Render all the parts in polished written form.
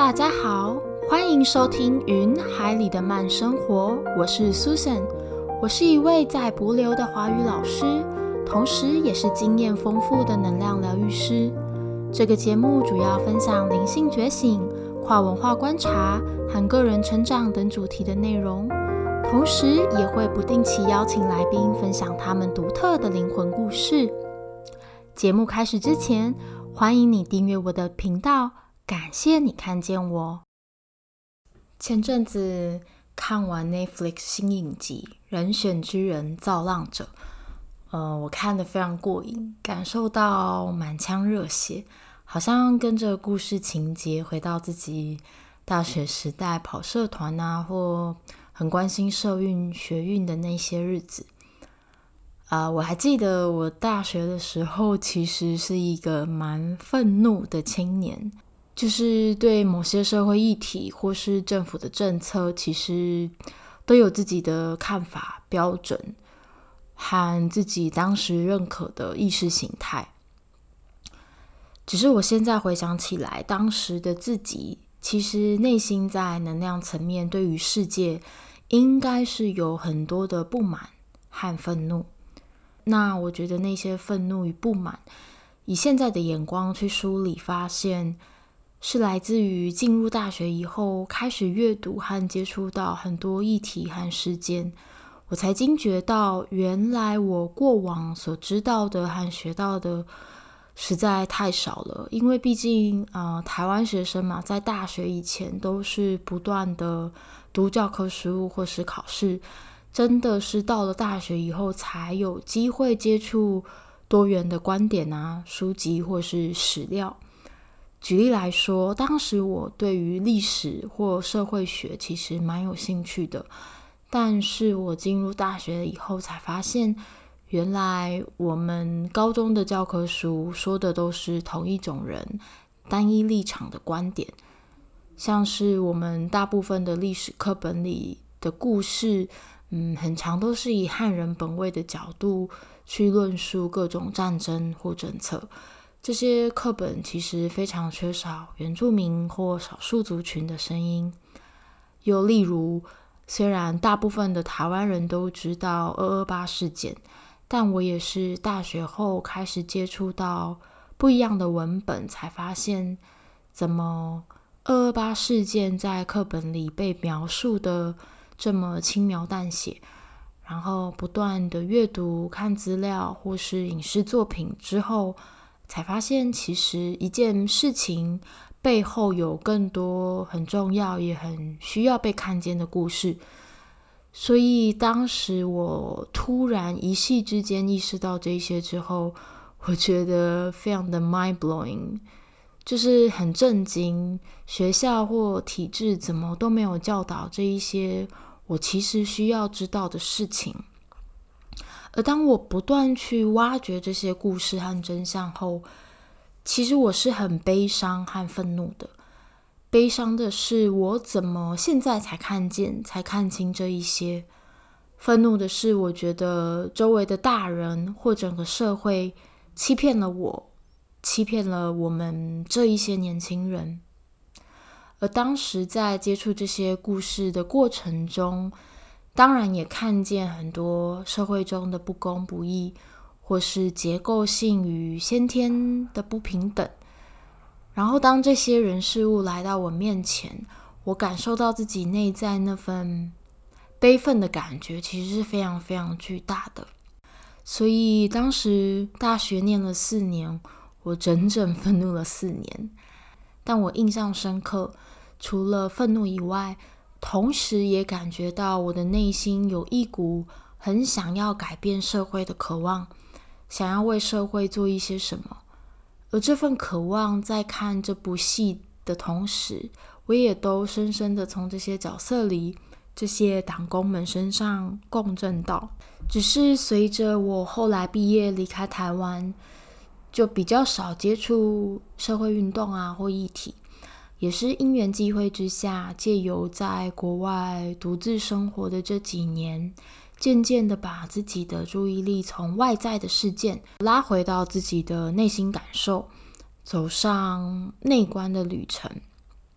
大家好，欢迎收听云海里的慢生活，我是 Susan， 我是一位在博流的华语老师，同时也是经验丰富的能量疗愈师。这个节目主要分享灵性觉醒、跨文化观察和个人成长等主题的内容，同时也会不定期邀请来宾分享他们独特的灵魂故事。节目开始之前，欢迎你订阅我的频道，感谢你看见我。前阵子看完 Netflix 新影集《人选之人造浪者》，我看得非常过瘾，感受到满腔热血，好像跟着故事情节回到自己大学时代跑社团啊，或很关心社运学运的那些日子。我还记得我大学的时候其实是一个蛮愤怒的青年，就是对某些社会议题或是政府的政策其实都有自己的看法标准和自己当时认可的意识形态。只是我现在回想起来，当时的自己其实内心在能量层面对于世界应该是有很多的不满和愤怒。那我觉得那些愤怒与不满，以现在的眼光去梳理，发现是来自于进入大学以后开始阅读和接触到很多议题和事件，我才惊觉到原来我过往所知道的和学到的实在太少了。因为毕竟台湾学生嘛，在大学以前都是不断的读教科书或是考试，真的是到了大学以后才有机会接触多元的观点啊、书籍或是史料。举例来说，当时我对于历史或社会学其实蛮有兴趣的，但是我进入大学以后才发现，原来我们高中的教科书说的都是同一种人、单一立场的观点，像是我们大部分的历史课本里的故事，很常都是以汉人本位的角度去论述各种战争或政策。这些课本其实非常缺少原住民或少数族群的声音。又例如，虽然大部分的台湾人都知道228事件，但我也是大学后开始接触到不一样的文本，才发现怎么228事件在课本里被描述的这么轻描淡写，然后不断的阅读、看资料或是影视作品之后，才发现其实一件事情背后有更多很重要也很需要被看见的故事。所以当时我突然一夕之间意识到这些之后，我觉得非常的 mind blowing， 就是很震惊，学校或体制怎么都没有教导这一些我其实需要知道的事情。而当我不断去挖掘这些故事和真相后，其实我是很悲伤和愤怒的。悲伤的是我怎么现在才看清这一些，愤怒的是我觉得周围的大人或整个社会欺骗了我，欺骗了我们这一些年轻人。而当时在接触这些故事的过程中，当然也看见很多社会中的不公不义，或是结构性与先天的不平等。然后当这些人事物来到我面前，我感受到自己内在那份悲愤的感觉其实是非常非常巨大的。所以当时大学念了4年，我整整愤怒了4年。但我印象深刻，除了愤怒以外，同时也感觉到我的内心有一股很想要改变社会的渴望，想要为社会做一些什么。而这份渴望在看这部戏的同时，我也都深深的从这些角色里、这些党工们身上共振到。只是随着我后来毕业离开台湾，就比较少接触社会运动啊或议题。也是因缘际会之下，借由在国外独自生活的这几年，渐渐的把自己的注意力从外在的事件拉回到自己的内心感受，走上内观的旅程。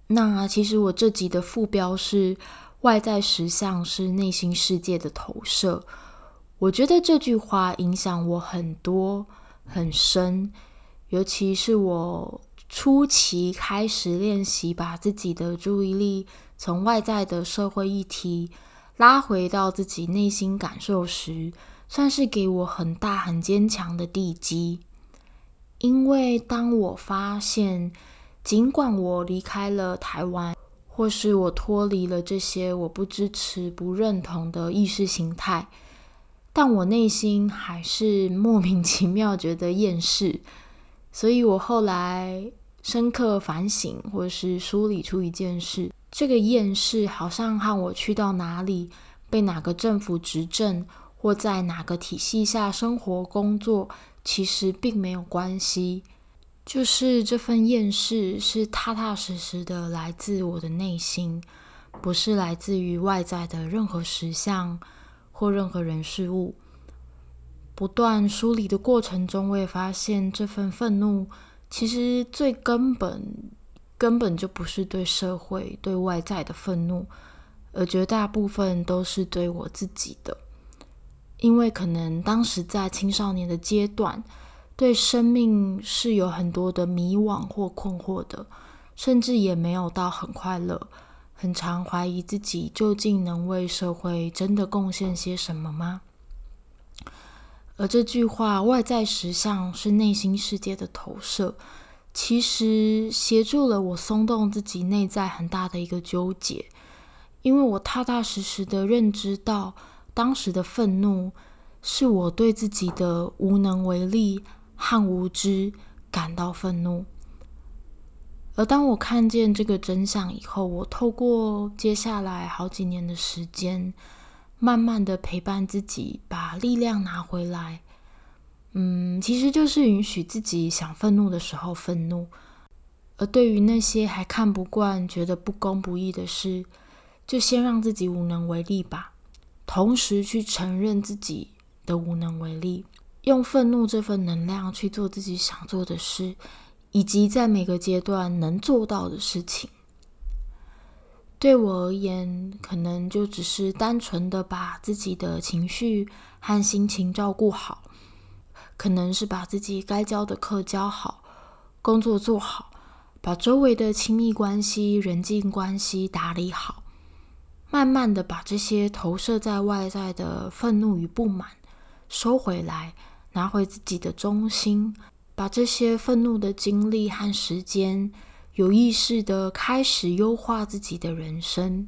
那其实我这集的副标是外在实相是内心世界的投射。我觉得这句话影响我很多很深，尤其是我初期开始练习把自己的注意力从外在的社会议题拉回到自己内心感受时，算是给我很大很坚强的地基。因为当我发现尽管我离开了台湾，或是我脱离了这些我不支持不认同的意识形态，但我内心还是莫名其妙觉得厌世。所以我后来深刻反省或是梳理出一件事，这个厌世好像和我去到哪里，被哪个政府执政，或在哪个体系下生活工作，其实并没有关系。就是这份厌世是踏踏实实的来自我的内心，不是来自于外在的任何实相或任何人事物。不断梳理的过程中，我也发现这份愤怒其实最根本就不是对社会对外在的愤怒，而绝大部分都是对我自己的。因为可能当时在青少年的阶段，对生命是有很多的迷惘或困惑的，甚至也没有到很快乐，很常怀疑自己究竟能为社会真的贡献些什么吗？而这句话外在实相是内心世界的投射，其实协助了我松动自己内在很大的一个纠结。因为我踏踏实实的认知到，当时的愤怒是我对自己的无能为力和无知感到愤怒。而当我看见这个真相以后，我透过接下来好几年的时间，慢慢的陪伴自己，把力量拿回来。其实就是允许自己想愤怒的时候愤怒，而对于那些还看不惯、觉得不公不义的事，就先让自己无能为力吧，同时去承认自己的无能为力，用愤怒这份能量去做自己想做的事，以及在每个阶段能做到的事情。对我而言，可能就只是单纯的把自己的情绪和心情照顾好，可能是把自己该教的课教好，工作做好，把周围的亲密关系、人际关系打理好，慢慢的把这些投射在外在的愤怒与不满收回来，拿回自己的中心，把这些愤怒的精力和时间有意识的开始优化自己的人生。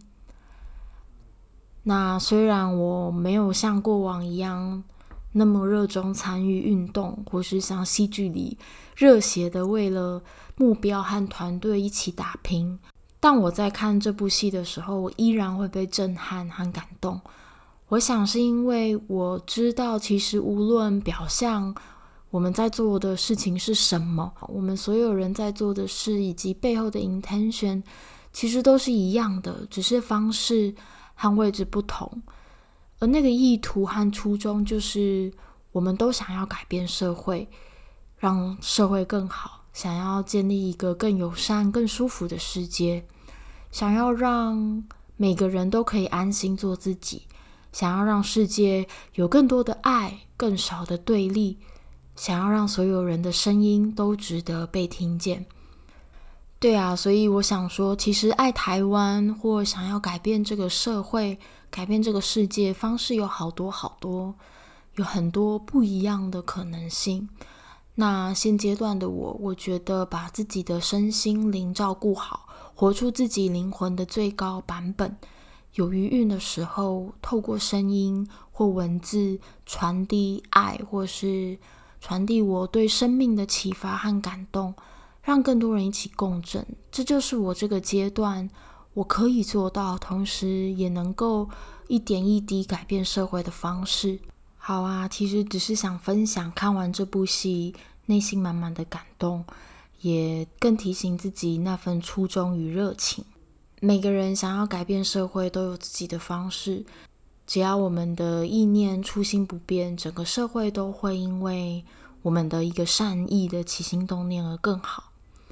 那虽然我没有像过往一样那么热衷参与运动，或是像戏剧里热血的为了目标和团队一起打拼，但我在看这部戏的时候，我依然会被震撼和感动。我想是因为我知道，其实无论表象我们在做的事情是什么，我们所有人在做的事以及背后的 intention 其实都是一样的，只是方式和位置不同。而那个意图和初衷就是我们都想要改变社会，让社会更好，想要建立一个更友善更舒服的世界，想要让每个人都可以安心做自己，想要让世界有更多的爱，更少的对立，想要让所有人的声音都值得被听见。对啊，所以我想说，其实爱台湾或想要改变这个社会，改变这个世界，方式有好多好多，有很多不一样的可能性。那现阶段的我觉得把自己的身心灵照顾好，活出自己灵魂的最高版本，有余韵的时候，透过声音或文字传递爱，或是传递我对生命的启发和感动，让更多人一起共振。这就是我这个阶段我可以做到，同时也能够一点一滴改变社会的方式。好啊，其实只是想分享看完这部戏内心满满的感动，也更提醒自己那份初衷与热情。每个人想要改变社会都有自己的方式，只要我们的意念初心不变，整个社会都会因为我们的一个善意的起心动念而更好。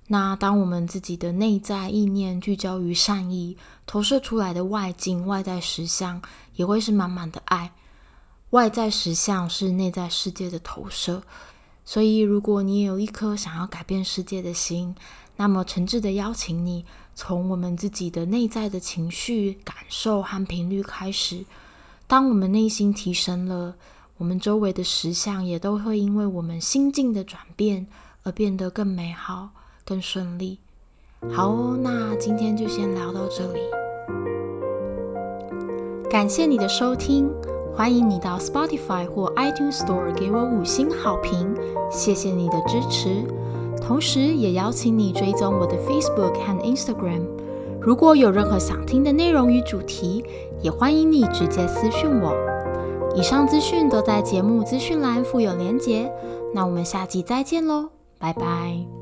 那当我们自己的内在意念聚焦于善意，投射出来的外境、外在实相也会是满满的爱。外在实相是内在世界的投射，所以如果你也有一颗想要改变世界的心，那么诚挚的邀请你，从我们自己的内在的情绪、感受和频率开始。当我们内心提升了，我们周围的实相也都会因为我们心境的转变而变得更美好、更顺利。好哦，那今天就先聊到这里。感谢你的收听，欢迎你到 Spotify 或 iTunes Store 给我5星好评，谢谢你的支持。同时也邀请你追踪我的 Facebook 和 Instagram。如果有任何想听的内容与主题，也欢迎你直接私讯我。以上资讯都在节目资讯栏附有连结。那我们下集再见咯，拜拜。